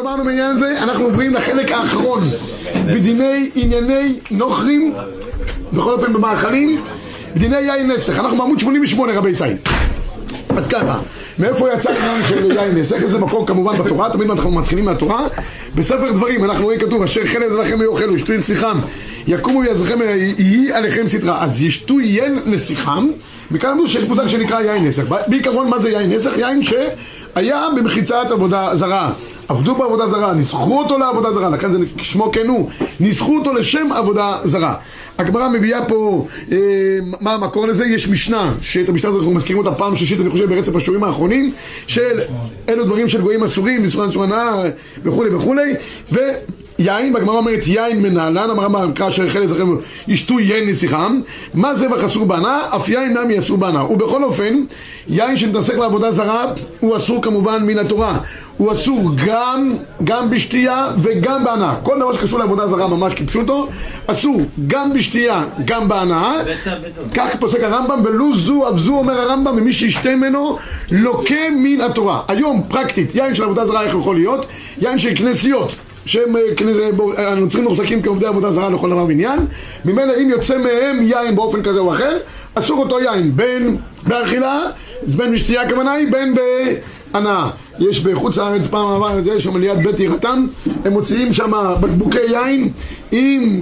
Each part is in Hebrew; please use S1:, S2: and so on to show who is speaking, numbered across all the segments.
S1: אמרנו בעניין הזה, אנחנו עוברים לחלק האחרון בדיני ענייני נוכרים, בכל אופן במאכלים, בדיני יין נסך. אנחנו בעמוד 88 רבי ישראל. אז ככה, מאיפה יצא עניין של יין נסך? איזה מקור כמובן בתורה, תמיד אנחנו מתחילים מהתורה. בספר דברים אנחנו רואים כתוב, אשר חלב זבחם ויאכלו, ישתו נסיכם, יקומו ויעזרכם יהי עליכם סטרה. אז ישתו יין נסיכם, מכאן אמרו שיש מושג שנקרא יין נסך. בעיקרון מה זה יין נסך? יין שהיה במחיצת עבודה זרה, עבדו בעבודה זרה, ניסחו אותו לעבודה זרה, לכן זה שמו כן הוא, ניסחו אותו לשם עבודה זרה. הגמרא מביאה פה מה המקור לזה. יש משנה, שאת המשנה הזאת אנחנו מזכירים אותה פעם שלישית, אני חושב ברצף השיעורים האחרונים, של אלו דברים של גויים אסורים, איסור הנאה וכו' וכו'. ויין, והגמרא אומרת יין מנהלן, אמרה כאשר חלב זבחם ישתו יין נסיכם. מה זה ואסור בהנאה? אף יין נמי אסור בהנאה. ובכל אופן, יין שמתעסק לעבודה זרה הוא אסור כמובן מן התורה. הוא אסור גם בשתייה וגם בהנאה. כל דבר שקשור לעבודה זרה ממש כפשוטו, אסור גם בשתייה גם בהנאה. כך פוסק הרמב"ם, ולו זו אף זו אומר הרמב"ם, ממי שישתה ממנו לוקה מן התורה. היום פרקטית יין של עבודה זרה איך יכול להיות? יין של כנסיות שהם הנוצרים מוחזקים כעובדי עבודה זרה לכל דבר בעניין. ממילא אם יוצא מהם יין באופן כזה או אחר, אסור אותו יין בין באכילה, בין בשתייה כוונה היא, בין בהנאה. יש בחוץ לארץ פעם עבר את זה, שם ליד בית ירתם, הם מוציאים שם בקבוקי יין עם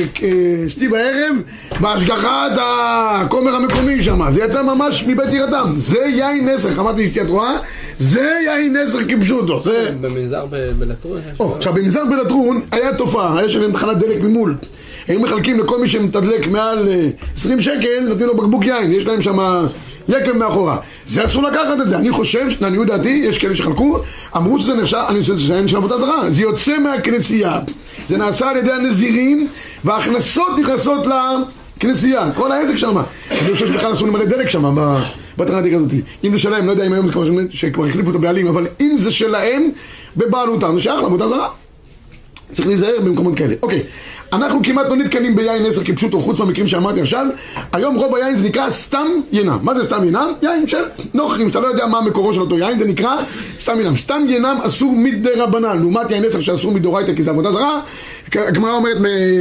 S1: שתי בערב בהשגחת הכומר המקומי שם. זה יצא ממש מבית ירתם. זה יין נסך. אמרתי שתהיה תרועה, זה יין נסך כפשוטו. זה
S2: במנזר בלטרון.
S1: עכשיו במנזר בלטרון היה תופעה, היה שלהם תחנת דלק ממול, הם מחלקים לכל מי שמתדלק מעל 20 שקל, נותנים לו בקבוק יין, יש להם שם יקם מאחורה. זה אסור לקחת את זה. אני חושב, לעניות דעתי, יש כאלה שחלקו, אמרו שזה נחשב, אני חושב שזה יין של עבודה זרה. זה יוצא מהכנסייה, זה נעשה על ידי הנזירים, וההכנסות נכנסות לכנסייה, כל העסק שם. אני חושב שבכלל אסור למלא דלק שם בתחנת דלק הזאת. אם זה שלהם, לא יודע אם היום שכבר החליפו את הבעלים, אבל אם זה שלהם בבעלותם, זה שייך לעבודה זרה. צריך להיזהר במקומות כאלה. אוקיי, אנחנו כמעט לא נתקנים ביין נסך כפשוטו, חוץ מהמקרים שאמרתי עכשיו. היום רוב היין זה נקרא סתם ינם. מה זה סתם ינם? יין של נוכרים, שאתה לא יודע מה המקורו של אותו יין, זה נקרא סתם ינם. סתם ינם אסור מדרבנן, לעומת יין נסך שאסור מדאורייתא כי זה עבודה זרה. הגמרא אומרת,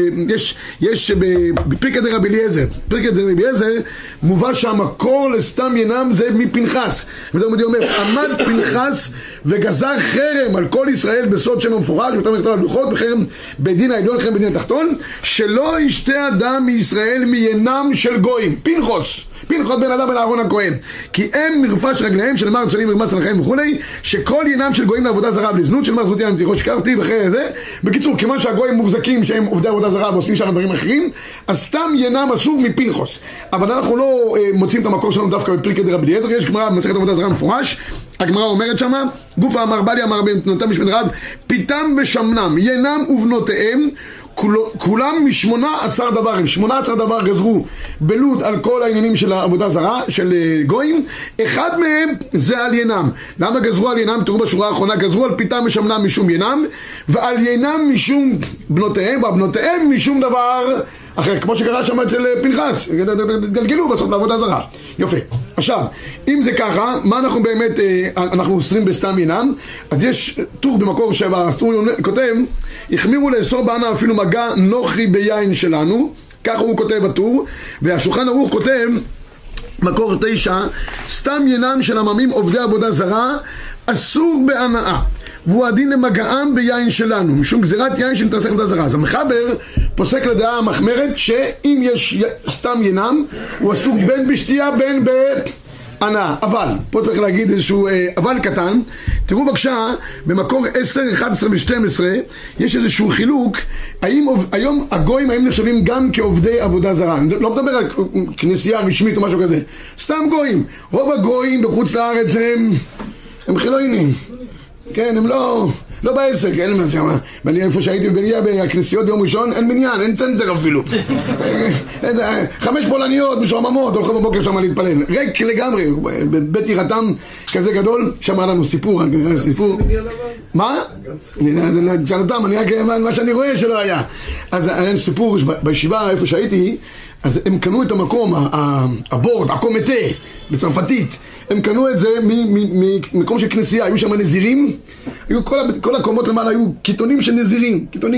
S1: יש בפרקא דרבי אליעזר, פרקא דרבי אליעזר מובא שהמקור לסתם ינם זה מפנחס. וזה אומר, עמד פנחס וגזר חרם על כל ישראל בסוד שם המפורש, ואתה מכתב על לוחות בחרם בדין העליון חרם בדין התחתון, שלא ישתה אדם מישראל מיינם של גויים. פנחס בן אדם בן אהרון הכהן, כי הם מרפש רגליהם של מר צולים מרמס עליכם וכולי, שכל ינם של גויים לעבודה זרה ולזנות של מר זנות ינם תירוש קרתי וכן זה. בקיצור, כיוון שהגויים מוחזקים שהם עובדי עבודה זרה ועושים שאר דברים אחרים, אז סתם ינם אסור מפנחס. אבל אנחנו לא מוצאים את המקור שלנו דווקא בפרקא דרבי אליעזר. יש גמרא במסכת עבודה זרה מפורש, הגמרא אומרת שמה, גופה אמר בלי אמר בנותיהם משפט רב, פיתם ושמנם ינם ובנותיהם כולם מ18 דברים. 18 דבר גזרו בלוד על כל העניינים של העבודה זרה של גויים. אחד מהם זה על ינם. למה גזרו על ינם? תראו בשורה האחרונה, גזרו על פיתם ושמנם משום ינם, ועל ינם משום בנותיהם, ובנותיהם משום דבר אחר, כמו שקרה שם אצל פנחס, גלגלו בסוף לעבודה זרה. יופי. עכשיו, אם זה ככה, מה אנחנו באמת, אנחנו אוסרים בסתם ינם? אז יש טור במקור 7, טור כותב, החמירו לאסור בהנאה אפילו מגע נוכרי ביין שלנו, ככה הוא כותב הטור, והשולחן ערוך כותב, מקור 9, סתם ינם של עממים עובדי עבודה זרה, אסור בהנאה. והוא הדין למגעם ביין שלנו, משום גזירת יין שמתעסק עבודה זרה. אז המחבר פוסק לדעה המחמרת שאם יש סתם ינם, הוא אסור בין בשתייה בין בהנאה. אבל, פה צריך להגיד איזשהו אבל קטן. תראו בבקשה, במקור 10, 11 ו-12 יש איזשהו חילוק, האם היום הגויים האם נחשבים גם כעובדי עבודה זרה. אני לא מדבר על כנסייה רשמית או משהו כזה, סתם גויים. רוב הגויים בחוץ לארץ הם חילונים, כן, הם לא בעסק, אין למה שמה. ואני איפה שהייתי בבניה בכנסיות ביום ראשון, אין מניין, אין צנטר אפילו. 5 פולניות משועממות, הולכות בבוקר שם להתפלל. ריק לגמרי, בית ירתם כזה גדול, שמע לנו סיפור. מה? תשאל אותם, אני רק מה שאני רואה שלא היה. אז היה סיפור בישיבה איפה שהייתי, אז הם קנו את המקום, הבורד, הקומטה, בצרפתית, הם קנו את זה ממקום של כנסייה, היו שם נזירים, היו כל הקומות למעלה היו קיתונים של נזירים, קיתונים,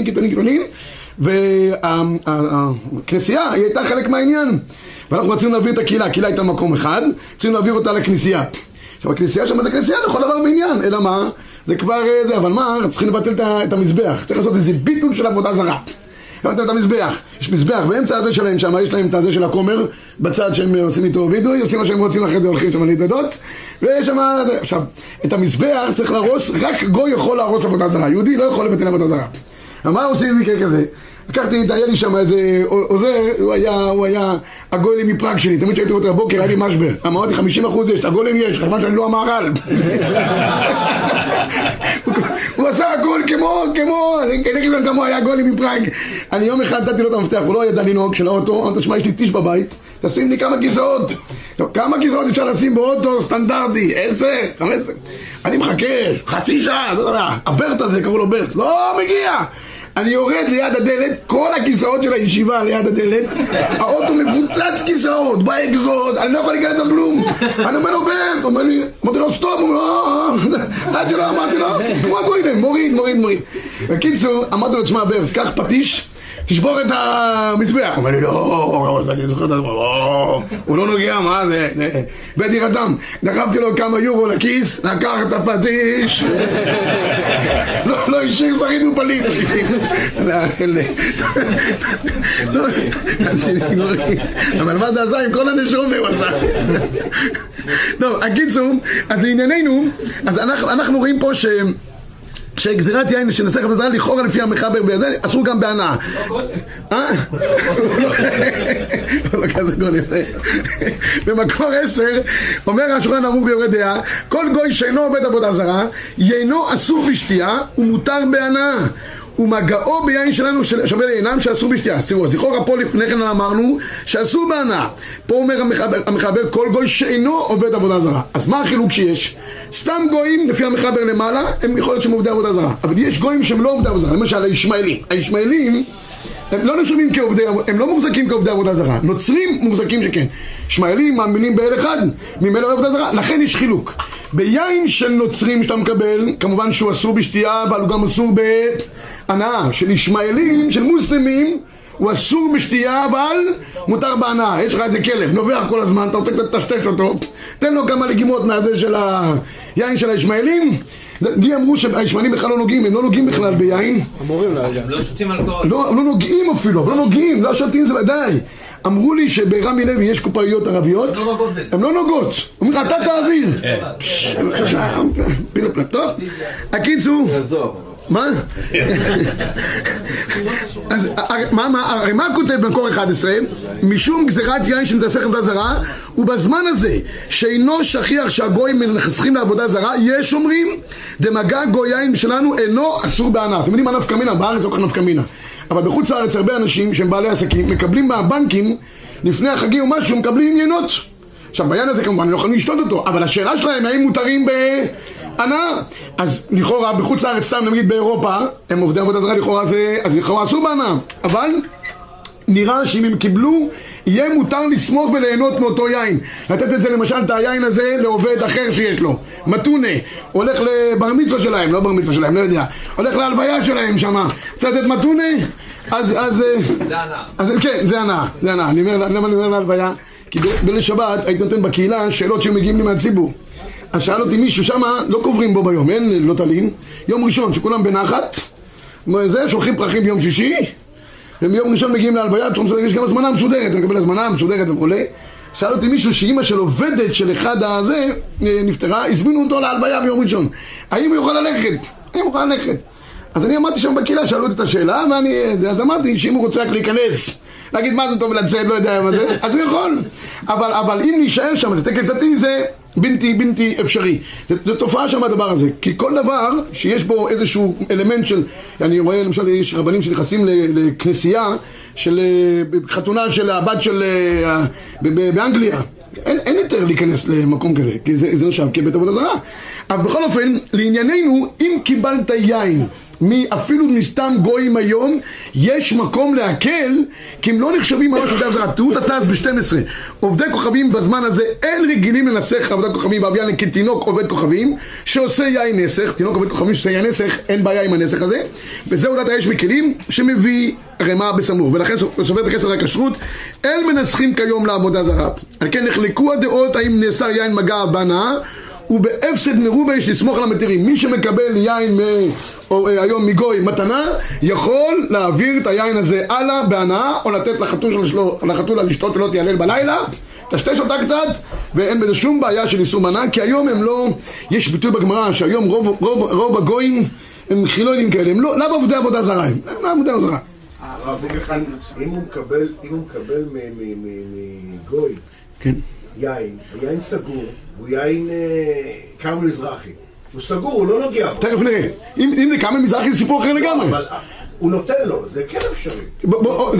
S1: והכנסייה היא הייתה חלק מהעניין, ואנחנו רצינו להעביר את הקהילה, הקהילה הייתה מקום אחד, רצינו להעביר אותה לכנסייה. עכשיו הכנסייה שם זה כנסייה לכל דבר בעניין, אלא מה? זה כבר זה, אבל מה? צריכים לבטל את המזבח, צריך לעשות איזה ביטול של עבודה זרה. הבאתם את המזבח, יש מזבח באמצע הזה שלהם שם, יש להם את הזה של הכומר בצד שהם עושים איתו וידוי, עושים מה שהם רוצים, אחרי זה הולכים שם להתדות, ויש שם, עכשיו, את המזבח צריך להרוס, רק גוי יכול להרוס עבודה זרה, יהודי לא יכול לבטל עבודה זרה. מה עושים במקרה כזה? לקחתי, היה לי שם איזה עוזר, הוא היה הגולם מפראג שלי, תמיד שהייתי רואה הבוקר, היה לי משבר, אמרתי 50% יש, הגולם יש, כמובן שאני לא המהר"ל. הוא עשה הכל כמו היה גולם מפראג. אני יום אחד נתתי לו את המפתח, הוא לא ידע לנהוג של האוטו, אמרתי, שמע, יש לי טיש בבית, תשים לי כמה כיסאות. כמה כיסאות אפשר לשים באוטו סטנדרטי? 10, 15. אני מחכה, חצי שעה, הברט הזה, קראו לו ברט, לא מגיע. אני יורד ליד הדלת, כל הכיסאות של הישיבה ליד הדלת, האוטו מפוצץ כיסאות, באגזות, אני לא יכול להיכנס לכלום. אני אומר לו ברט, הוא אומר לי, אמרתי לו סטופ, הוא אומר, עד שלא אמרתי לו, כמו הגויים, מוריד. בקיצור, אמרתי לו, תשמע ברט, קח פטיש, תשבור את המזבח. הוא אומר לי, לא, אני זוכר את זה, הוא לא נוגע, מה זה? בדירתם, דחפתי לו כמה יורו לכיס, לקח את הפטיש, לא השאיר שריד ופליט. אבל מה זה עשה עם כל הנשום הוא עשה? טוב, הקיצור, אז לענייננו, אז אנחנו רואים פה שגזירת יין שנסך בזרה לכאורה לפי המחבר בזה, אסור גם בהנאה. לא כזה גול יפה. במקור 10 אומר השולחן ערוך ביורה דעה, כל גוי שאינו עובד עבודה זרה יינו אסור בשתייה ומותר בהנאה, ומגעו ביין שלנו שווה לעינם שאסור בשתייה. אז לכאורה פה לפני כן אמרנו שאסור בהנאה. פה אומר המחבר כל גוי שאינו עובד עבודה זרה. אז מה החילוק שיש? סתם גויים לפי המחבר למעלה הם יכול להיות שהם עובדי עבודה זרה, אבל יש גויים שהם לא עובדי עבודה זרה. למשל הישמעאלים הם לא נחשבים כעובדי, הם לא מוחזקים כעובדי עבודה זרה. נוצרים מוחזקים שכן. ישמעאלים מאמינים באל אחד, ממילא עבודה זרה. לכן יש חילוק. ביין של נוצרים שאתה מקבל, כמובן שהוא אסור בשתייה, אבל הוא גם אסור בהנאה. של ישמעאלים, של מוסלמים, הוא אסור בשתייה, אבל מותר בהנאה. יש לך איזה כלב, נובח כל הזמן, אתה רוצה קצת תשתש אותו, תן לו כמה לגימות מהזה של היין של הישמעאלים. לי אמרו שהישמעאלים בכלל לא נוגעים, הם לא נוגעים בכלל ביין. אמורים להגיע. לא שותים אלכוהול. לא נוגעים אפילו, אבל לא נוגעים, לא שותים זה ודאי. אמרו לי שברמי לוי יש קופאיות ערביות, הם לא נוגעות. אומרים לך, אתה תעביר. טוב, הקיצור, מה? אז הרי מה כותב במקור 11? משום גזירת יין שמתעסק עבודה זרה, ובזמן הזה שאינו שכיח שהגויים מנחסכים לעבודה זרה, יש אומרים דמגע גוי יין שלנו אינו אסור בהנאה. אתם יודעים מה נפקא מינה? בארץ לא כך נפקא מינה, אבל בחוץ לארץ הרבה אנשים שהם בעלי עסקים מקבלים מהבנקים לפני החגים או משהו, מקבלים יינות. עכשיו בעניין הזה כמובן לא יכולים לשתות אותו, אבל השאלה שלהם האם מותרים בהנאה. אז לכאורה בחוץ לארץ, סתם נגיד באירופה הם עובדי עבודה זרה, לכאורה זה, אז לכאורה אסור בהנאה, אבל נראה שאם הם קיבלו יהיה מותר לסמוך וליהנות מאותו יין. לתת את זה למשל את היין הזה לעובד אחר שיש לו מתונה, הולך לבר מצווה שלהם, לא בר מצווה שלהם, לא יודע, הולך להלוויה שלהם שמה, צריך לתת מתונה, אז כן, זה הנאה. אני אומר להלוויה כי בליל שבת הייתי נותן בקהילה שאלות שהיו מגיעים לי מהציבור. אז שאל אותי מישהו שמה, לא קוברים בו ביום, אין לא תלין, יום ראשון שכולם בנחת, שולחים פרחים ביום שישי, ומיום ראשון מגיעים להלוויה, יש גם הזמנה מסודרת, אני מקבל הזמנה מסודרת וכו'. שאל אותי מישהו שאמא של עובדת של אחד הזה נפטרה, הזמינו אותו להלוויה ביום ראשון, האם הוא יכול ללכת? אז אני אמרתי שם בקהילה, שאלו את השאלה, אז אמרתי שאם הוא רוצה רק להיכנס, להגיד מה זה טוב לצאת, לא יודע מה זה, אז הוא יכול. אבל אם נשאר שם, זה טקס דתי, זה בלתי אפשרי. זו תופעה שם הדבר הזה, כי כל דבר שיש בו איזשהו אלמנט של, אני רואה למשל יש רבנים שנכנסים לכנסייה של חתונה של הבת של באנגליה, אין יותר להיכנס למקום כזה, כי זה נחשב כבית עבודה זרה. אבל בכל אופן, לענייננו, אם קיבלת יין אפילו מסתם גויים היום, יש מקום להקל, כי הם לא נחשבים ממש עובדי זרה. תראו את התז ב-12. עובדי כוכבים בזמן הזה אין רגילים לנסח עובדי כוכבים באביין כתינוק עובד כוכבים שעושה יין נסך. תינוק עובד כוכבים שעושה יין נסך, אין בעיה עם הנסך הזה, וזה עודת האש מכלים שמביא רמה בסמוך. ולכן סופר בכסר הכשרות אין מנסחים כיום לעבודה זרה. על כן נחלקו הדעות האם נאסר יין מגע בהנאה, ובאפסד מרובה יש לסמוך על המתירים. מי שמקבל יין היום מגוי מתנה יכול להעביר את היין הזה הלאה בהנאה, או לתת לחתולה לשתות ולא תיהלל בלילה, תשתש אותה קצת, ואין בזה שום בעיה של איסור מנה, כי היום הם לא, יש ביטוי בגמרא שהיום רוב הגויים הם חילונים כאלה, הם לא עובדי עבודה זרה, הם לא עבודה זרה.
S2: אם הוא מקבל מגוי יין סגור, הוא יין כרמל מזרחי, הוא סגור, הוא לא נוגע בו.
S1: תכף נראה, אם זה כרמל מזרחי זה סיפור אחר לגמרי,
S2: אבל הוא נותן לו, זה כן אפשרי.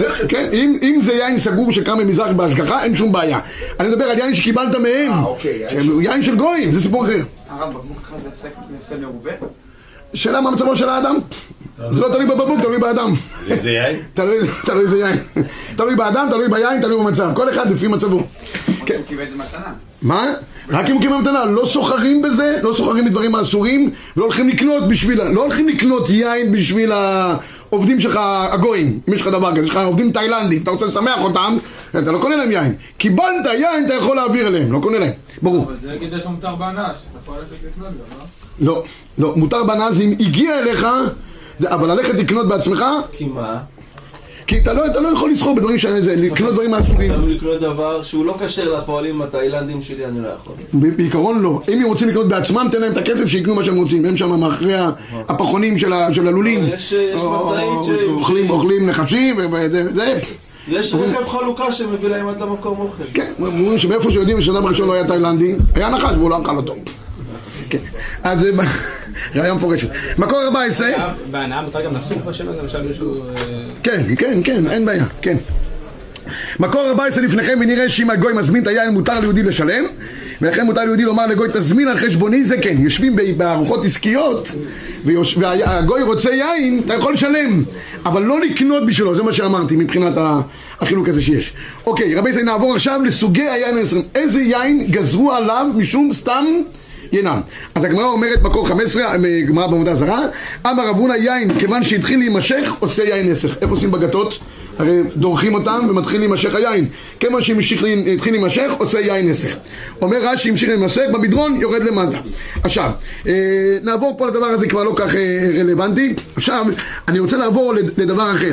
S1: אם זה יין סגור של כרמל מזרחי בהשגחה אין שום בעיה. אני מדבר על יין שקיבלת מהם, יין של גויים, זה סיפור אחר.
S3: הרב, בקבוק אחד זה הפסק מרובה?
S1: שאלה מה מצבו של האדם? זה לא תלוי בבקבוק, תלוי באדם.
S4: איזה יין?
S1: תלוי איזה יין. תלוי באדם, תלוי ביין, תלוי במצב. כל אחד לפי מצבו.
S3: הוא קיבל את מתנה.
S1: מה? רק אם הוא קיבל מתנה. לא סוחרים בזה, לא סוחרים בדברים האסורים, ולא הולכים לקנות בשביל... לא הולכים לקנות יין בשביל העובדים שלך הגויים. אם יש לך דבר כזה, יש לך עובדים תאילנדים, אתה רוצה לשמח אותם, אתה לא קונה להם יין. קיבלת יין, אתה יכול להעביר אליהם, לא קונה להם. ברור.
S5: אבל זה כדי שמותר בענש, אתה יכול ללכת לקנות גם, לא?
S1: לא, מותר בנז אם הגיע אליך, אבל ללכת לקנות בעצמך.
S4: כי מה?
S1: כי אתה לא יכול לסחור בדברים שזה, לקנות דברים מהסוגים.
S4: אתה לקנות דבר שהוא לא קשר לפועלים התאילנדים שלי, אני לא יכול.
S1: בעיקרון לא. אם הם רוצים לקנות בעצמם, תן להם את הכסף שיקנו מה שהם רוצים. הם שם מאחורי הפחונים של הלולים.
S4: יש מסעית
S1: אוכלים נחשים וזה.
S4: יש רכב חלוקה שמביא להם עד למקום אוכל.
S1: כן, אומרים שבאיפה שיודעים ששלב הראשון לא היה תאילנדי, היה נחש והוא לא אכל אותו. כן, אז זה רעיון מפורשת. מקור 14.
S5: בהנאה מותר גם לסוף בשם הזה, למשל מישהו...
S1: כן, אין בעיה, כן. מקור 14 לפניכם, ונראה שאם הגוי מזמין את היין מותר ליהודי לשלם, ולכן מותר ליהודי לומר לגוי תזמין על חשבוני, זה כן, יושבים בארוחות עסקיות והגוי רוצה יין, אתה יכול לשלם, אבל לא לקנות בשבילו, זה מה שאמרתי מבחינת החילוק הזה שיש. אוקיי, רבי ישראל, נעבור עכשיו לסוגי היין 20. איזה יין גזרו עליו משום סתם ינם? אז הגמרא אומרת מקור 15, גמרא בעבודה זרה, אמר רב הונא יין כיוון שהתחיל להימשך עושה יין נסך. איפה עושים בגתות? הרי דורכים אותם ומתחיל להימשך היין. כיוון שהתחיל להימשך עושה יין נסך. אומר רש"י המשיך להימשך במדרון יורד למטה. עכשיו נעבור פה לדבר הזה, כבר לא כך רלוונטי. עכשיו אני רוצה לעבור לדבר אחר.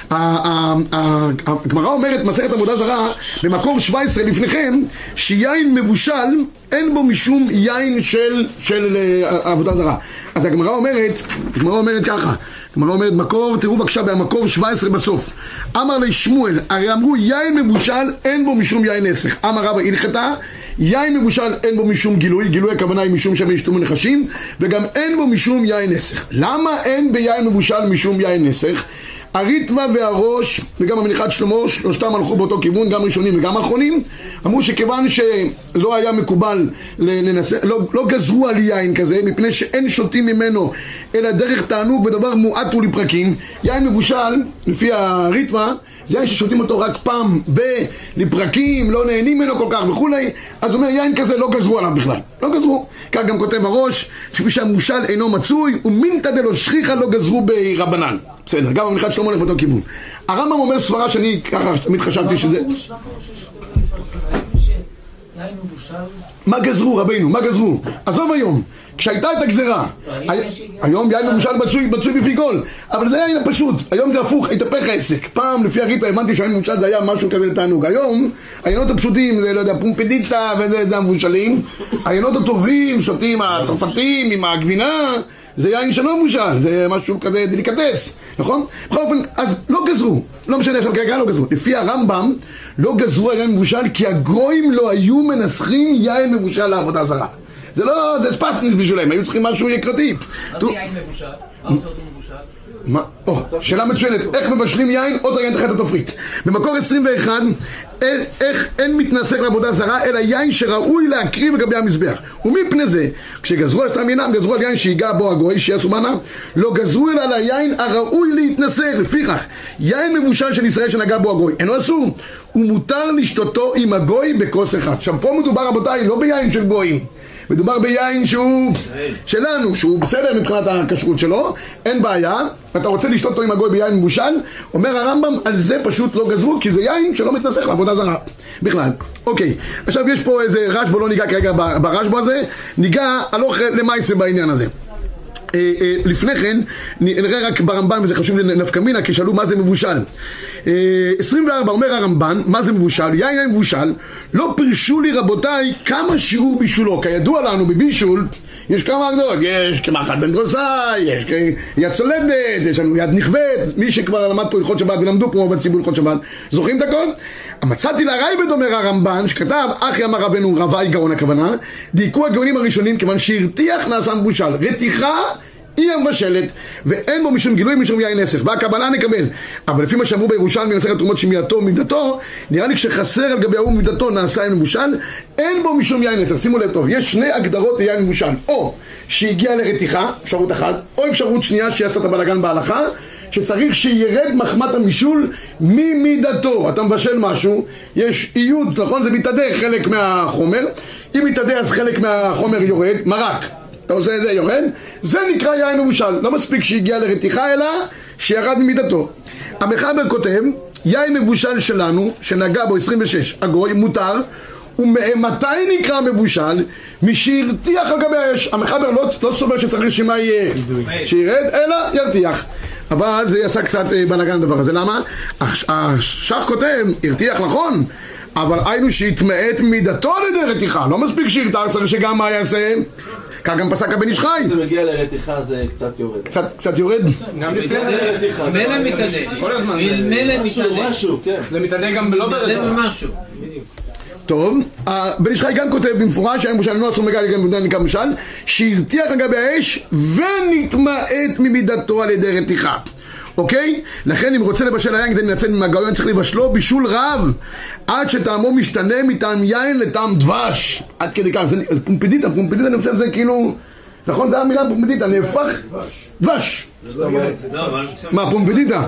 S1: הגמרא אומרת מסכת עבודה זרה במקור 17 לפניכם שיין מבושל אין בו משום יין של עבודה זרה. אז הגמרא אומרת ככה, הגמרא אומרת מקור, תראו בבקשה במקור 17 בסוף. אמר לשמואל, הרי אמרו יין מבושל אין בו משום יין נסך. אמר רבא הלכתה, יין מבושל אין בו משום גילוי, גילוי הכוונה היא משום שווה ישתו מנחשים, וגם אין בו משום יין נסך. למה אין ביין מבושל משום יין נסך? הריטווה והראש וגם המניחת שלמה, שלושתם הלכו באותו כיוון, גם ראשונים וגם אחרונים. אמרו שכיוון שלא היה מקובל לא גזרו על יין כזה, מפני שאין שותים ממנו אלא דרך תענוג ודבר מועט ולפרקים. יין מבושל לפי הריטווה זה יין ששותים אותו רק פעם לפרקים, לא נהנים ממנו כל כך וכולי. אז אומר יין כזה לא גזרו עליו בכלל, לא גזרו. כך גם כותב הראש, לפי שהמושל אינו מצוי ומינתא דלא שכיחא לא גזרו ברבנן. בסדר, גם המניחת שלמה הולך באותו כיוון. הרמב"ם אומר סברה שאני ככה תמיד חשבתי שזה... מה גזרו רבינו? מה גזרו? עזוב היום, כשהייתה את הגזרה, היום יין מבושל מצוי בפי כל, אבל זה היה פשוט, היום זה הפוך, התהפך העסק. פעם לפי הריטווה הבנתי שהיין מבושל זה היה משהו כזה לתענוג. היום העיינות הפשוטים זה לא יודע פומפדיטה וזה המבושלים, העיינות הטובים שותים הצרפתים עם הגבינה, זה יין שלא מבושל, זה משהו כזה דליקטס, נכון? בכל אופן, אז לא גזרו, לא משנה עכשיו כרגע לא גזרו. לפי הרמב"ם לא גזרו על יין מבושל כי הגויים לא היו מנסחים יין מבושל לעבודה זרה. זה לא, זה ספסניס בשבילם, היו צריכים משהו יקרתי.
S5: מה זה יין מבושל? מה עושה אותו מבושל?
S1: שאלה מצוינת, איך מבשלים יין? עוד רגע נתחת התפריט. במקור 21, איך אין מתנסק לעבודה זרה, אלא יין שראוי להקריב לגבי המזבח. ומפני זה, כשגזרו אסתם ינם, גזרו על יין שיגע בו הגוי, שיעשו מנה, לא גזרו אלא על היין הראוי להתנסק. לפיכך, יין מבושל של ישראל שנגע בו הגוי, אינו אסור, ומותר לשתותו עם הגוי בכוס אחד. עכשיו פה מדובר רבותיי, לא ביין של גויים, מדובר ביין שהוא שלנו, שהוא בסדר מבחינת הכשרות שלו, אין בעיה. אתה רוצה לשתות אותו עם הגוי ביין מבושל, אומר הרמב"ם, על זה פשוט לא גזרו, כי זה יין שלא מתנסך לעבודה זרה בכלל. אוקיי, עכשיו יש פה איזה רשב"א, לא ניגע כרגע ברשב"א הזה, ניגע הלוך למעשה בעניין הזה. לפני כן נראה רק ברמב"ן, וזה חשוב לנפקא מינה, כי שאלו מה זה מבושל. 24 אומר הרמב"ן, מה זה מבושל? יין מבושל, לא פירשו לי רבותיי כמה שיעור בישולו. כידוע לנו בבישול יש כמה הגדרות, יש כמחל בן דרוסאי, יש יד סולדת, יש לנו יד נכבדת. מי שכבר למד פה הלכות שבת ולמדו פה בציבור הלכות שבת זוכרים את הכל? מצאתי לרייבד אומר הרמב"ן שכתב אחי אמר רבנו רבי גאון הכוונה, דייקו הגאונים הראשונים כיוון שהרתיח נעשה מבושל, רתיחה היא המבשלת, ואין בו משום גילוי משום יין נסך, והקבלה נקבל. אבל לפי מה שאמרו בירושלמי מסכת תרומות שמיעתו ומידתו, נראה לי כשחסר על גבי ההוא מידתו נעשה יין מבושל, אין בו משום יין נסך. שימו לב טוב, יש שני הגדרות ליין מבושל, או שהגיע לרתיחה, אפשרות אחת, או אפשרות שנייה שיעשת את הבלגן בהלכה, שצריך שירד מחמת המשול ממידתו. אתה מבשל משהו, יש איוד, נכון? זה מתאדה חלק מהחומר, אם מתאדה אז חלק מהחומר יורד, מרק אתה עושה את זה יורד, זה נקרא יין מבושל. לא מספיק שהגיע לרתיחה אלא שירד ממידתו. המחבר כותב יין מבושל שלנו שנגע בו 26 הגוי מותר, ומתי נקרא מבושל? משהרתיח על גבי האש. המחבר לא סובר שצריך שמה יהיה שירד אלא ירתיח, אבל זה יעשה קצת בלגן דבר הזה. למה? השח כותב הרתיח נכון, אבל היינו שהתמעט מידתו על ידי רתיחה. לא מספיק שהרתיח, צריך שגם מה יעשה? כך גם פסק הבן איש חי.
S4: זה מגיע לרתיחה זה קצת יורד.
S1: קצת יורד?
S5: גם לפני הרתיחה.
S6: מלא מתעדה.
S5: כל הזמן.
S6: מלא מתעדה.
S4: משהו, כן.
S5: זה מתעדה גם לא ברתיחה.
S6: זה משהו.
S1: טוב, בן איש חי גם כותב במפורש שהיין מבושל אינו אסור מגע נקרא מבושל, שהרתיח על גבי האש ונתמעט ממידתו על ידי רתיחה. אוקיי? לכן אם רוצה לבשל היין כדי לנצל ממגעו, צריך לבשלו בישול רב עד שטעמו משתנה מטעם יין לטעם דבש, עד כדי כך. זה פומפדיטה, פומפדיטה אני חושב זה כאילו, נכון? זה המילה פומפדיטה, נהפך דבש. מה פומפדיטה?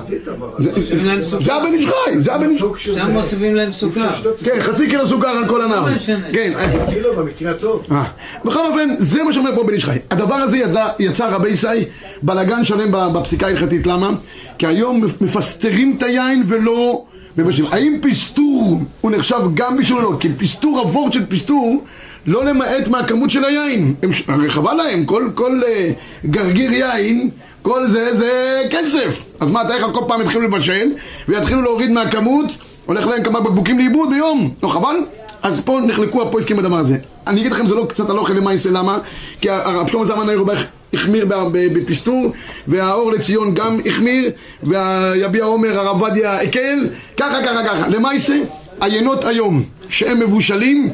S1: זה הבן איש חי, זה הבן איש חי.
S6: שם מוסיפים להם סוכר.
S1: כן, חצי קילו סוכר על כל הנהר. כן,
S2: קילו במקרה הטוב.
S1: בכל אופן, זה מה שאומר פה בן איש חי. הדבר הזה יצא רבי ישראל בלגן שלם בפסיקה ההלכתית. למה? כי היום מפסטרים את היין ולא מבשלים. האם פסטור הוא נחשב גם בשביל לא? כי פסטור, הוורד של פסטור לא למעט מהכמות של היין. הרי חבל להם, כל גרגיר יין, כל זה כסף. אז מה, אתה איך כל פעם התחילו לבשל ויתחילו להוריד מהכמות, הולך להם כמה בקבוקים לאיבוד ביום, לא חבל? אז פה נחלקו הפויסקים בדבר הזה. אני אגיד לכם, זה לא קצת הלוך למעשה. למה? כי הרב שלמה זלמן אוירבך החמיר בפסטור, והאור לציון גם החמיר, והיביע עומר הרב עובדיה הקל, ככה. למעשה, עיינות היום שהם מבושלים,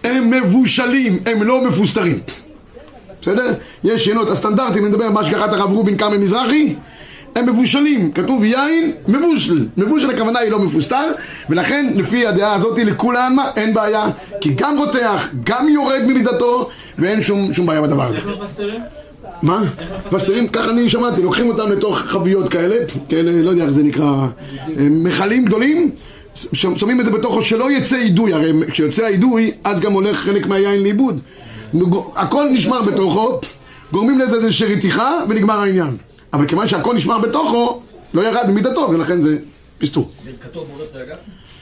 S1: הם לא מפוסטרים. בסדר? יש עיינות הסטנדרטים, אני מדבר על מה שכחת הרב רובין כרמל מזרחי, הם מבושלים, כתוב יין מבושל הכוונה היא לא מפוסטר, ולכן לפי הדעה הזאת לכולן אין בעיה, כי גם רותח, גם יורד ממידתו, ואין שום בעיה בדבר הזה.
S5: איך מפסטרים?
S1: מה? מפסטרים, ככה אני שמעתי, לוקחים אותם לתוך חביות כאלה, לא יודע איך זה נקרא, מחלים גדולים, שמים את זה בתוכו שלא יצא אידוי. הרי כשיוצא האידוי אז גם הולך חלק מהיין לאיבוד, הכל נשמר בתוכו, גורמים לזה איזושהי רתיחה ונגמר העניין. אבל כיוון שהכל נשמר בתוכו, לא ירד במידתו, ולכן זה פסטור.
S6: ברכתו בורא פרגע?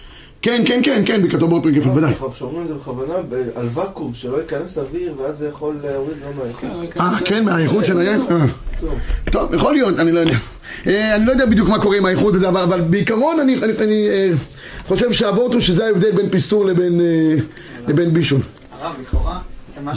S1: כן, ברכתו בורא פרגע, ודאי.
S4: שאומרים את זה בכוונה על ואקום, שלא ייכנס אוויר, ואז זה יכול להוריד לא מהאיכות.
S1: כן, מהאיכות של היין? טוב, יכול להיות, אני לא יודע. אני לא יודע בדיוק מה קורה עם האיכות הזה, אבל בעיקרון אני חושב שהעבוד הוא שזה ההבדל בין פסטור לבין בישול.
S3: הרב, לכאורה, מה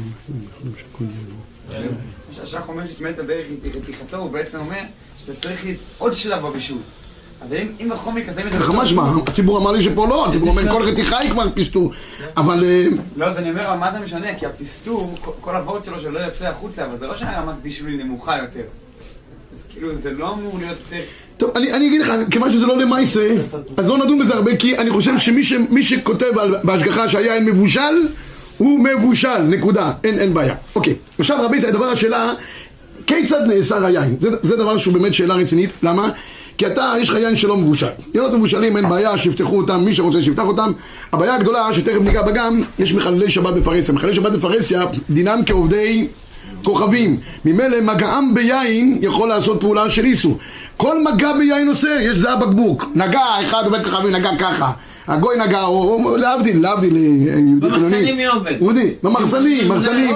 S3: שהשח אומר שתמלת הדרך רתיחתו, הוא בעצם אומר שאתה צריך עוד שלב בבישול. אבל אם החומר כזה מדבר...
S1: משמע, הציבור אמר לי שפה לא, הציבור אומר כל רתיחה היא כבר פסטור, אבל...
S3: לא, אז אני אומר, מה זה משנה? כי הפסטור, כל הוורד שלו שלא יוצא החוצה, אבל זה לא שהרמת בישול היא נמוכה יותר. אז כאילו זה לא אמור להיות יותר...
S1: טוב, אני אגיד לך, כיוון שזה לא למעשה, אז לא נדון בזה הרבה, כי אני חושב שמי שכותב בהשגחה שהיין מבושל, הוא מבושל, נקודה, אין בעיה. אוקיי, עכשיו רבי, הדבר השאלה, כיצד נאסר היין? זה דבר שהוא באמת שאלה רצינית, למה? כי יש לך יין שלא מבושל. ינות מבושלים אין בעיה, שיפתחו אותם, מי שרוצה שיפתח אותם. הבעיה הגדולה, שתכף ניגע בה גם, יש מחללי שבת בפרהסיה. מחללי שבת בפרהסיה, דינם כעובדי כוכבים. ממילא מגעם ביין יכול לעשות פעולה של איסור. כל מגע ביין עושה, יש זה הבקבוק. נגע, אחד עובד כוכבים, נגע ככה. הגוי נגע, או להבדיל, יהודי
S6: במחסנים מי עובד?
S1: יהודי, במחסנים,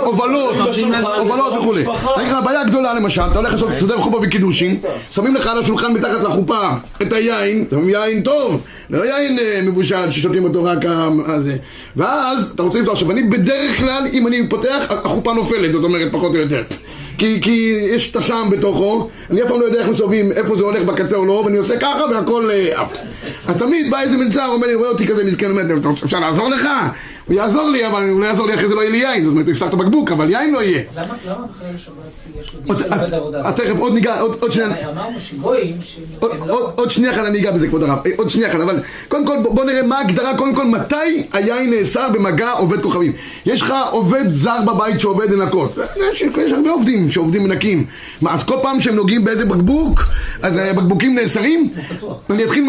S1: הובלות וכו'. הבעיה הגדולה למשל, אתה הולך לעשות סדר חופה וקידושין, שמים לך על השולחן מתחת לחופה את היין, שמים יין טוב, לא יין מבושל ששותים אותו רק הזה. ואז אתה רוצה לפתוח, עכשיו אני בדרך כלל, אם אני פותח, החופה נופלת, זאת אומרת פחות או יותר. כי יש את השם בתוכו, אני אף פעם לא יודע איך מסובבים, איפה זה הולך בקצה או לא, ואני עושה ככה והכל אף. אז תמיד בא איזה מנצר, אומר לי, רואה אותי כזה מסכן, אומר, אפשר לעזור לך? הוא יעזור לי, אבל הוא לא יעזור לי, אחרי זה לא יהיה לי יין, זאת אומרת, הוא יפתח את הבקבוק, אבל יין לא יהיה.
S6: למה בחלל שבת יש לו דין של עובד עבודה הזאת?
S1: תכף, עוד ניגע, עוד שנייה.
S6: אמרנו שגויים
S1: עוד שנייה אחת אני אגע בזה, כבוד הרב, עוד שנייה אחת, אבל קודם כל בוא נראה מה ההגדרה, קודם כל מתי היין נאסר במגע עובד כוכבים. יש לך עובד זר בבית שעובד לנקות, יש הרבה עובדים שעובדים מנקים. מה, אז כל פעם שהם נוגעים באיזה בקבוק, אז הבקבוקים נאסרים? אני אתחיל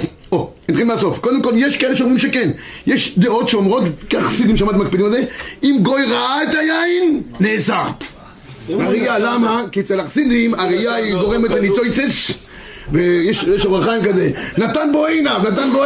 S1: מהסוף. קודם כל יש כאלה שאומרים שכן. יש דעות שאומרות, כך חסידים שמעת מקפידים על זה, אם גוי ראה את היין, נאסר. הראייה, למה? כי אצל החסידים הראייה היא גורמת לניצויצס, ויש אורחיים כזה, נתן בו עיניו,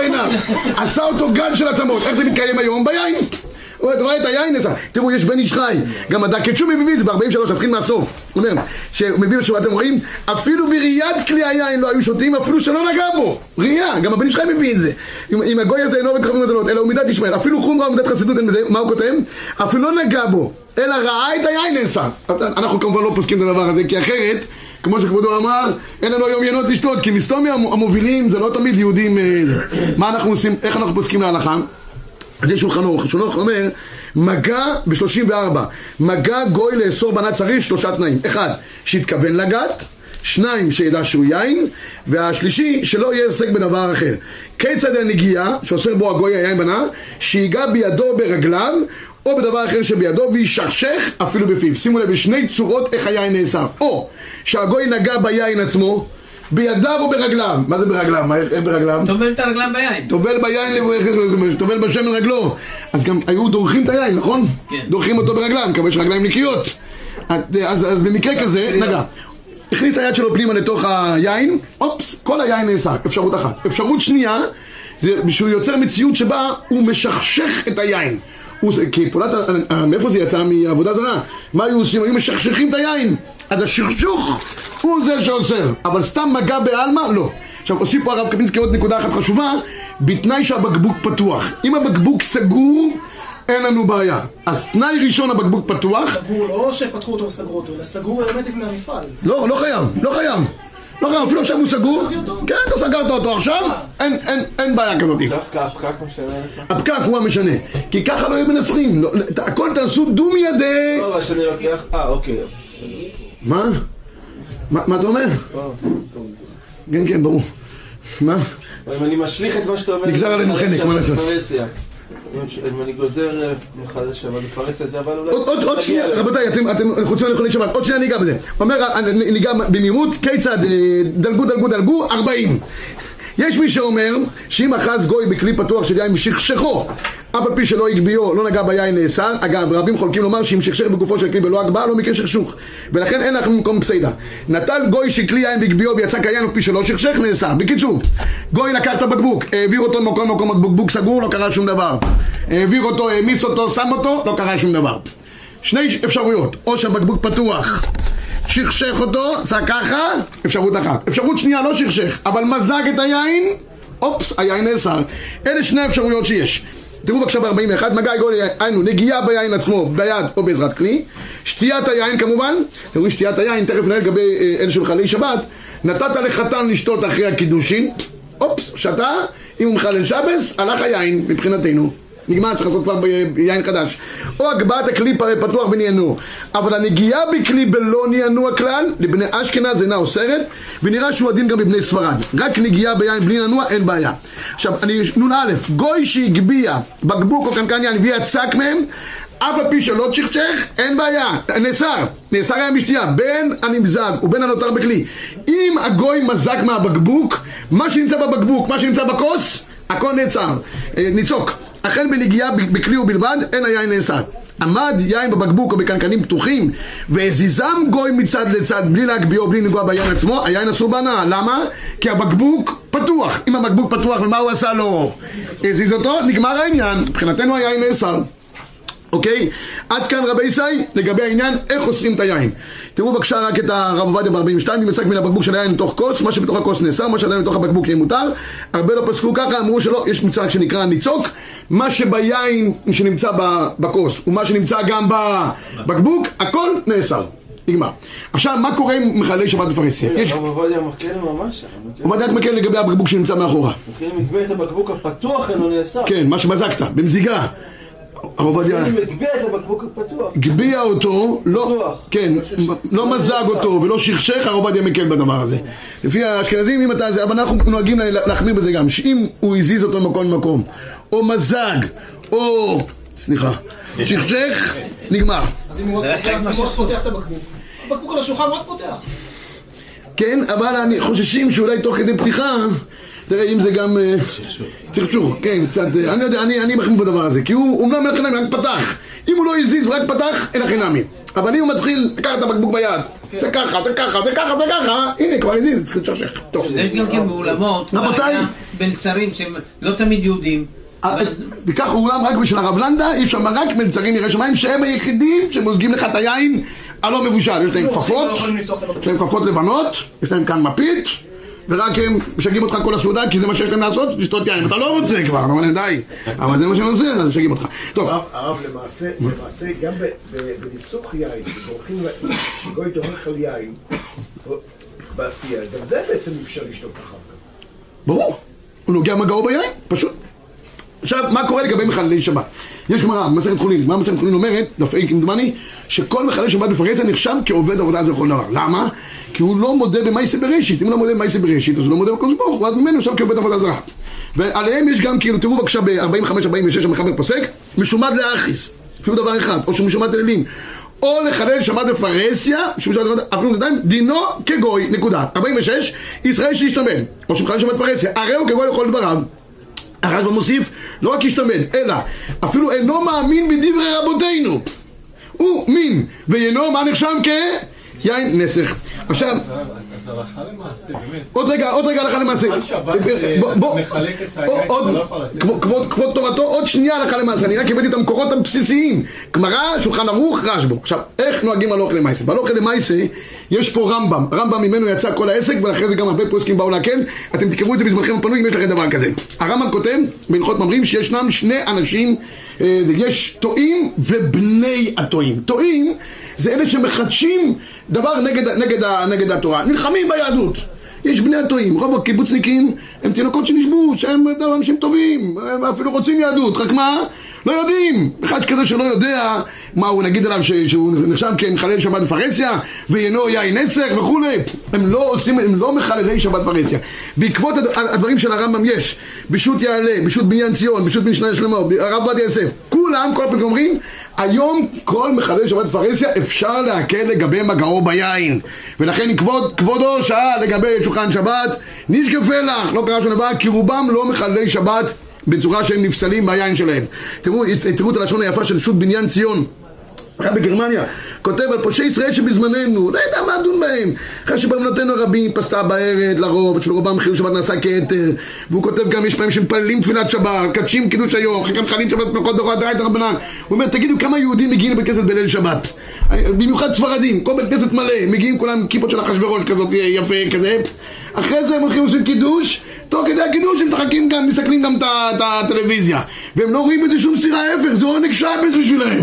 S1: עשה אותו גל של עצמות. איך זה מתקיים היום? ביין. הוא רואה את היין נאסר. תראו, יש בן איש חי, גם הדקצ'ומי מביא את זה ב-43, נתחיל מהסוף. הוא אומר, שמביא בשביל אתם רואים, אפילו בראיית כלי היין לא היו שותים, אפילו שלא נגע בו. ראייה, גם הבן איש חי מביא את זה. אם הגוי הזה אינו וכוכבים מזלות, אלא הוא מידת ישמעאל, אפילו חומרה ומידת חסידות אין בזה, מה הוא כותב? אפילו לא נגע בו, אלא ראה את היין נאסר. אנחנו כמובן לא פוסקים את הדבר הזה, כי אחרת, כמו שכבודו אמר, אין לנו היום ינות לשתות, כי מסתומי המובילים זה לא תמיד יהודים. מה אנחנו עושים, איך אנחנו פוסקים להלכה? אז יש שולחן ערוך אומר, מגע ב-34, מגע גוי לאסור בנת צריך 3 תנאים. 1, שיתכוון לגת, 2, שידע שהוא יין, והשלישי, שלא יהיה עסק בדבר אחר. כיצד הנגיעה, שעושה בו הגוי היין בנה, שיגע בידו ברגליו, או בדבר אחר שבידו, וישכשך אפילו בפיו. שימו לב, בשני צורות איך היין נאסר. או שהגוי נגע ביין עצמו, בידיו או ברגליו. מה זה ברגליו? איך ברגליו?
S6: טובל את הרגליו ביין.
S1: טובל ביין, טובל בשמן רגלו. אז גם היו דורכים את היין, נכון?
S6: כן.
S1: דורכים אותו ברגליים, כמה יש רגליים נקיות. אז במקרה כזה, נגע. הכניס היד שלו פנימה לתוך היין, אופס, כל היין נאסר. אפשרות אחת. אפשרות שנייה, זה שהוא יוצר מציאות שבה הוא משכשך את היין. כי פעולת, מאיפה זה יצא? מעבודה זרה. מה היו עושים? היו משכשכים את היין. אז השכשוך הוא זה שעוצר, אבל סתם מגע בעלמא, לא. עכשיו, עושים פה הרב קפינסקי עוד נקודה אחת חשובה, בתנאי שהבקבוק פתוח. אם הבקבוק סגור, אין לנו בעיה. אז תנאי ראשון, הבקבוק פתוח.
S7: סגור, לא שפתחו אותו וסגרו אותו, אלא סגור הרמטית מהמפעל.
S1: לא חייב. אפילו עכשיו הוא סגור. כן, אתה סגרת אותו עכשיו, אין בעיה כזאת.
S4: דווקא הפקק משנה לך?
S1: הפקק הוא המשנה, כי ככה לא יהיו מנסחים. הכל תעשו דום ידי.
S4: לא, אבל שאני לוקח, אוקיי.
S1: מה? מה אתה אומר? כן, ברור. מה?
S4: אם אני משליך את מה שאתה אומר...
S1: נגזר עלינו חנק, מה לעשות?
S4: אם אני גוזר מחלל שבת בפרהסיה, זה אבל אולי...
S1: עוד שנייה, רבותיי, אתם חוצים לחולי שבת, עוד שנייה ניגע בזה. אומר, ניגע במהירות, כיצד דלגו, 40. יש מי שאומר שאם אחז גוי בכלי פתוח של יין משכשכו, אף על פי שלא הגביהו, לא נגע ביין נאסר. אגב, רבים חולקים לומר שאם שכשך בגופו של כלי ולא הגבהה, לא מקרה שכשוך, ולכן אין לך במקום פסיידה. נטל גוי שכלי יין והגביהו ויצא כיין אף פי שלא שכשך, נאסר. בקיצור, גוי לקח את הבקבוק, העביר אותו למקום בקבוק סגור, לא קרה שום דבר. העביר אותו, העמיס אותו, שם אותו, לא קרה שום דבר. שני אפשרויות, או שהבקבוק פתוח, שכשך אותו, עשה ככה, אפשרות אחת. אפשרות שנייה, לא שכשך, אבל מזג את היין, אופס, היין נאסר. אלה שני אפשרויות שיש. תראו בבקשה ב-41, מגע גוי, היינו, נגיעה ביין עצמו, ביד או בעזרת כלי. שתיית היין כמובן, תראו שתיית היין, תכף נראה לגבי אלה של חלי שבת. נתת לחתן לשתות אחרי הקידושין, אופס, שתה, אם הוא מחלל שבס, הלך היין מבחינתנו. נגמר, צריך לעשות כבר ביין חדש. או הגבהת הכלי פתוח ונענוע. אבל הנגיעה בכלי בלא נענוע כלל, לבני אשכנז אינה אוסרת, ונראה שהוא הדין גם בבני ספרד. רק נגיעה ביין בלי נענוע, אין בעיה. עכשיו, נ"א, גוי שהגביע בקבוק או קנקן יין ויצק מהם, אף על פי שלא צ'כצ'ך, אין בעיה, נאסר היה משתייה, בין הנמזג ובין הנותר בכלי. אם הגוי מזק מהבקבוק, מה שנמצא בבקבוק, מה שנמצא בכוס, הכל נעצר, ניצוק. אכן בנגיעה בכלי ובלבד, אין היין נאסר. עמד יין בבקבוק או בקנקנים פתוחים והזיזם גוי מצד לצד בלי להגביהו, בלי לנגוע ביין עצמו, היין אסור בהנאה. למה? כי הבקבוק פתוח. אם הבקבוק פתוח ומה הוא עשה לו? הזיז אותו, נגמר העניין. מבחינתנו היין נאסר. אוקיי? עד כאן רבי ישי לגבי העניין איך אוסרים את היין. תראו בבקשה רק את הרב עובדיה ב-42, אם יצק מן הבקבוק של היין לתוך כוס, מה שבתוך הכוס נאסר, מה שעדיין לתוך הבקבוק יהיה מותר. הרבה לא פסקו ככה, אמרו שלא, יש מוצג שנקרא ניצוק, מה שביין שנמצא בכוס ומה שנמצא גם בבקבוק, הכל נאסר. נגמר. עכשיו, מה קורה עם מחללי שבת בפרהסיה?
S4: הרב עובדיה מקל ממש.
S1: עובדיה מקל לגבי הבקבוק שנמצא מאחורה.
S4: אם נקבע את הבקבוק הפתוח אינו נאסר.
S1: כן, מה שמזקת, במזיגה. הרב עובדיה
S4: הגביע את הבקבוק הפתוח.
S1: הגביע אותו, כן, לא מזג אותו ולא שכשך, הרב עובדיה מקל בדבר הזה. לפי האשכנזים, אם אתה זה, אבל אנחנו נוהגים להחמיר בזה גם, שאם הוא הזיז אותו ממקום למקום, או מזג, או, סליחה, שכשך, נגמר.
S7: אז אם הוא רק פותח את הבקבוק, הבקבוק על השולחן רק פותח.
S1: כן, אבל אני חוששים שאולי תוך כדי פתיחה, תראה אם זה גם צחצוח, כן, קצת, אני יודע, אני מחמיא בדבר הזה, כי הוא אומנם אין חינמי, רק פתח. אם הוא לא הזיז ורק פתח, אין חינמי. אבל אם הוא מתחיל לקחת את הבקבוק ביד, זה ככה, זה ככה, זה ככה, זה ככה, הנה, כבר הזיז, תתחיל לשכשך.
S6: זה גם כן באולמות, בלצרים שהם לא תמיד יהודים.
S1: תיקח אולם רק בשביל הרב לנדה, יש שם רק מלצרים ירא שמיים שהם היחידים שמוזגים לך את היין הלא מבושל. יש להם כפפות לבנות, יש להם כאן מפית, ורק הם משגעים אותך כל הסעודה, כי זה מה שיש להם לעשות, לשתות יין. אתה לא רוצה כבר, אבל די, אבל זה מה שהם עושים, אז משגעים אותך. טוב.
S2: הרב, למעשה, גם בניסוך יין, שגוי דורך על יין, בעשייה, גם זה בעצם אפשר לשתות אחר כך.
S1: ברור, הוא נוגע מגעו ביין, פשוט. עכשיו, מה קורה לגבי מחללי שבת? יש גמרא, מסכת חולין. מה מסכת חולין אומרת, דף ה' כמדומני, שכל מחלל שבת בפרהסיה נחשב כעובד עבודה זה לכל דבר. למה? כי הוא לא מודה במעשה בראשית. אם הוא לא מודה במעשה בראשית, אז הוא לא מודה בקדוש ברוך הוא, אז ממנו נחשב כעובד עבודה זרה. ועליהם יש גם, כאילו, תראו בבקשה ב-45-46 המחבר פוסק, משומד לאחיס, אפילו דבר אחד, או שהוא משומד אלילים, או לחלל שבת בפרהסיה, אפילו נדעים, דינו כגוי, נקודה. 46, ישראל שישתמד, או שמחלל שבת בפרהסיה, הרי הוא כגוי לכל דבריו. הרשב"א מוסיף, לא רק ישתמד, אלא אפילו אינו מאמין בדברי רבותינו. הוא מין, ואינו מה נחשב כיין נסך. עכשיו,
S5: אז הלכה למעשה, באמת.
S1: עוד רגע הלכה למעשה.
S5: מחלק את היין,
S1: כבוד תורתו, עוד שנייה הלכה למעשה. אני רק הבאתי את המקורות הבסיסיים. גמרא, שולחן ערוך, רשב"א. עכשיו, איך נוהגים הלוך למעשה? בהלוך למעשה יש פה רמב"ם ממנו יצא כל העסק, ואחרי זה גם הרבה פוסקים באו להקל. אתם תקראו את זה בזמנכם הפנוי אם יש לכם דבר כזה. הרמב"ם כותב בהלכות ממרים שישנם שני אנשים, יש טועים ובני הטועים. טועים זה אלה שמחדשים דבר נגד התורה, נלחמים ביהדות. יש בני הטועים, רוב הקיבוצניקים הם תינוקות שנשבו, שהם אנשים טובים, הם אפילו רוצים יהדות, רק מה? לא יודעים. אחד כזה שלא יודע מה הוא נגיד עליו שהוא נחשב כמחלל שבת בפרהסיה ואינו יין נסך וכו'. הם לא מחללי שבת בפרהסיה. בעקבות הדברים של הרמב"ם יש בשו"ת יעלה, בשו"ת בניין ציון, בשו"ת משנה שלמה, הרב עובדיה יוסף, כולם כל הפעמים אומרים היום כל מחלל שבת בפרהסיה אפשר להקל לגבי מגעו ביין, ולכן כבודו שאל לגבי שולחן שבת נשקפה לך, לא קרה שום דבר, כי רובם לא מחללי שבת בצורה שהם נפסלים ביין שלהם. תראו את הלשון היפה של שו"ת בניין ציון בגרמניה, כותב על פושעי ישראל שבזמננו, לא ידע מה לדון בהם, אחרי שבאמונתנו הרבים פסתה בערת לרוב, שברובם חילול שבת נעשה כתר, והוא כותב גם יש פעמים שמפללים תפילת שבת, קדשים קידוש היום, חלקם מחללים שבת מלכות דורות דרייתא רבנן. הוא אומר, תגידו כמה יהודים מגיעים לבית כנסת בליל שבת, במיוחד ספרדים, כל בית כנסת מלא, מגיעים כולם עם כיפות של אחשוורוש כזאת יפה כזה, אחרי זה הם הולכים לעשות קידוש, תוך כדי הקידוש הם מסתכלים גם את הטלוויזיה, והם לא רואים בזה שום סתירה, ההפך, זה עונג שבס בשבילהם.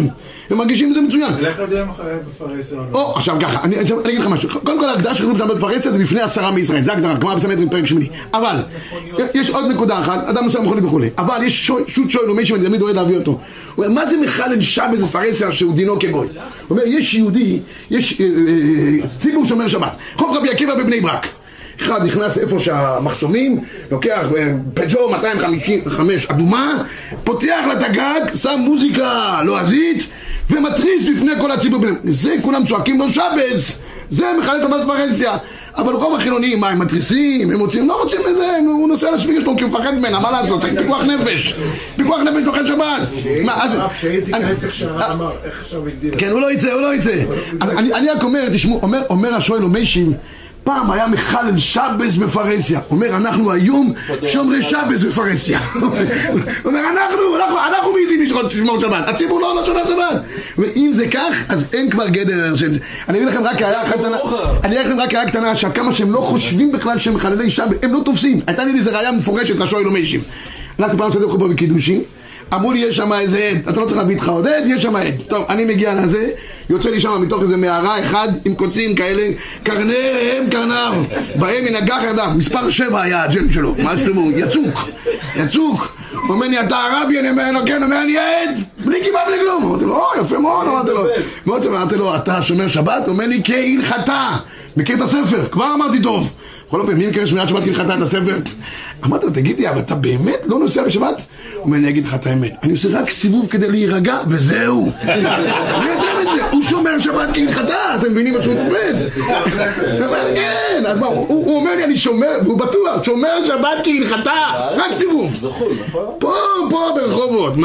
S1: הם מרגישים את זה מצוין.
S5: לך יודעים בפרסיה או לא?
S1: עכשיו ככה, אני אגיד לך משהו. קודם כל ההגדרה שחילוק תלמוד בפרסיה זה בפני 10 מישראל, זה הגדרה, כמו בסנהדרין פרק 8. אבל, יש עוד נקודה אחת, אדם נוסע מכונית וכו'. אבל יש שוט שואל או מישהו, אני תמיד אוהב להביא אותו. הוא אומר, מה זה מחלל שבס בפרסיה שהוא דינו כגוי? הוא אומר, יש יהודי, יש ציבור שומר שבת. חוף רבי עקיבא בבני ברק. אחד נכנס איפה שהמחסומים, לוקח פג'ו 255 אדומה, פותח לה את הגג, שם מוזיקה לועזית ומתריס בפני כל הציבור. זה כולם צועקים לו שבס, זה מחלל תלמוד בפרהסיה. אבל רוב החילונים, מה, הם מתריסים, הם רוצים, לא רוצים לזה, הוא נוסע לשביל שלו כי הוא מפחד ממנה, מה לעשות? פיקוח נפש, פיקוח נפש תוכל שבת.
S2: שאיזה ייכנס איך שהרב אמר, איך עכשיו הגדיר?
S1: כן, הוא לא יצא. אני רק אומר, תשמעו, אומר השואל ומיישים, פעם היה מחלל שבס בפרהסיה. אומר, אנחנו היום שומרי שבס בפרהסיה. אומר, אנחנו מעיזים לשמור שבת. הציבור לא שומר שבת. ואם זה כך, אז אין כבר גדר של... אני אגיד לכם רק הערה קטנה, שכמה שהם לא חושבים בכלל שהם מחללי שבת, הם לא תופסים. הייתה לי איזה ראיה מפורשת לשואל ומיישים. הלכתי פעם סדר חופה בקידושים, אמרו לי, יש שם איזה עד, אתה לא צריך להביא איתך עוד עד, יש שם עד. טוב, אני מגיע לזה, יוצא לי שם מתוך איזה מערה אחד עם קוצים כאלה, קרנר הם קרנר, בהם ינגח ידיו, מספר 7 היה הג'ם שלו, משהו, יצוק, אומר לי, אתה הרבי, אני אומר לו, כן, אומר אני עד, בלי כיפה בלי כלום, אמרתי לו, יפה מאוד, אמרתי לו, אתה שומר שבת? אומר לי, כהלכתה, מכיר את הספר, כבר אמרתי טוב. בכל אופן, מי מכיר שמירת שבת כהלכתה את הספר? אמרתי לו, תגידי, אבל אתה באמת לא נוסע בשבת? הוא אומר, אני אגיד לך את האמת, אני עושה רק סיבוב כדי להירגע, וזהו. אני יודע את זה, הוא שומר שבת כהלכתה, אתם מבינים מה שהוא תופס? כן, אז מה, הוא אומר לי, אני שומר, והוא בטוח, שומר שבת כהלכתה, רק סיבוב. פה ברחובות.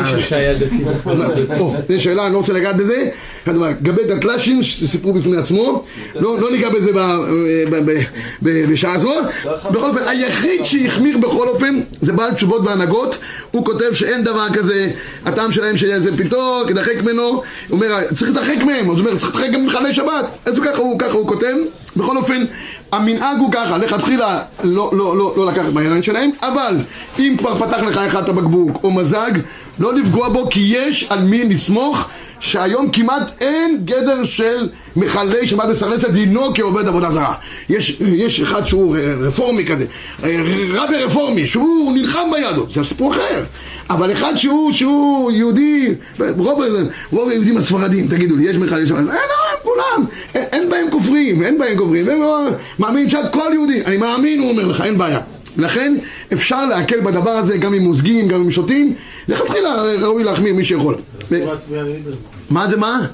S1: יש שאלה, אני לא רוצה לגעת בזה. גבי דתל"שים, שסיפרו בפני עצמו, לא ניגע בזה בשעה הזאת. בכל אופן, היחיד שהחמיר בכל אופן זה בעל תשובות והנהגות. הוא כותב שאין דבר כזה, הטעם שלהם שזה פיתוק, ידחק ממנו. הוא אומר, צריך לדחק מהם, הוא אומר, צריך לדחק גם מחללי שבת. אז ככה הוא כותב. בכל אופן, המנהג הוא ככה, לכתחילה לא לקחת מהעניין שלהם, אבל אם כבר פתח לך אחד את הבקבוק או מזג, לא לפגוע בו, כי יש על מי נסמוך, שהיום כמעט אין גדר של מחללי שבת בפרהסיה, דינו כעובד עבודה זרה. יש אחד שהוא רפורמי כזה, רבי רפורמי, שהוא נלחם ביהדות, זה סיפור אחר. אבל אחד שהוא יהודי, רוב היהודים הספרדים, תגידו לי, יש מחללי שבת? כולם, אין בהם כופרים, הם מאמין שכל יהודי, אני מאמין, הוא אומר לך, אין בעיה. לכן אפשר להקל בדבר הזה גם עם מוזגים, גם עם שותים. לכתחילה ראוי להחמיר מי שיכול. מה זה מה?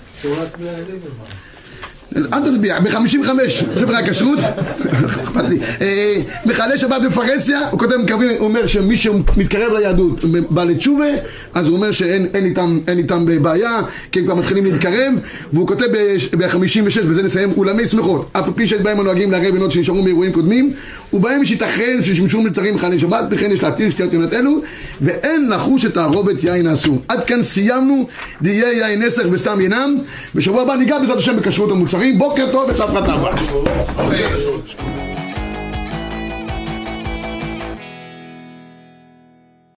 S1: אל תצביע, ב-55 ספר הכשרות מחלל שבת בפרהסיה, הוא כותב, הוא אומר שמי שמתקרב ליהדות בא לתשובה, אז הוא אומר שאין איתם בעיה, כי הם כבר מתחילים להתקרב. והוא כותב ב-56, בזה נסיים, אולמי שמחות, אף פי שאת בהם הנוהגים לערב בנות שנשארו מאירועים קודמים, ובהם שיתכן ששימשו מלצרים מחלל שבת, בכן יש להתיר שתיות יונת אלו, ואין לחוש את הערובת יין האסור. עד כאן סיימנו, דיהיה יין נסך וסתם ינם. בשבוע הבא ניגע בעזרת השם בכשרות המוצרים. בוקר טוב וספרא טבא.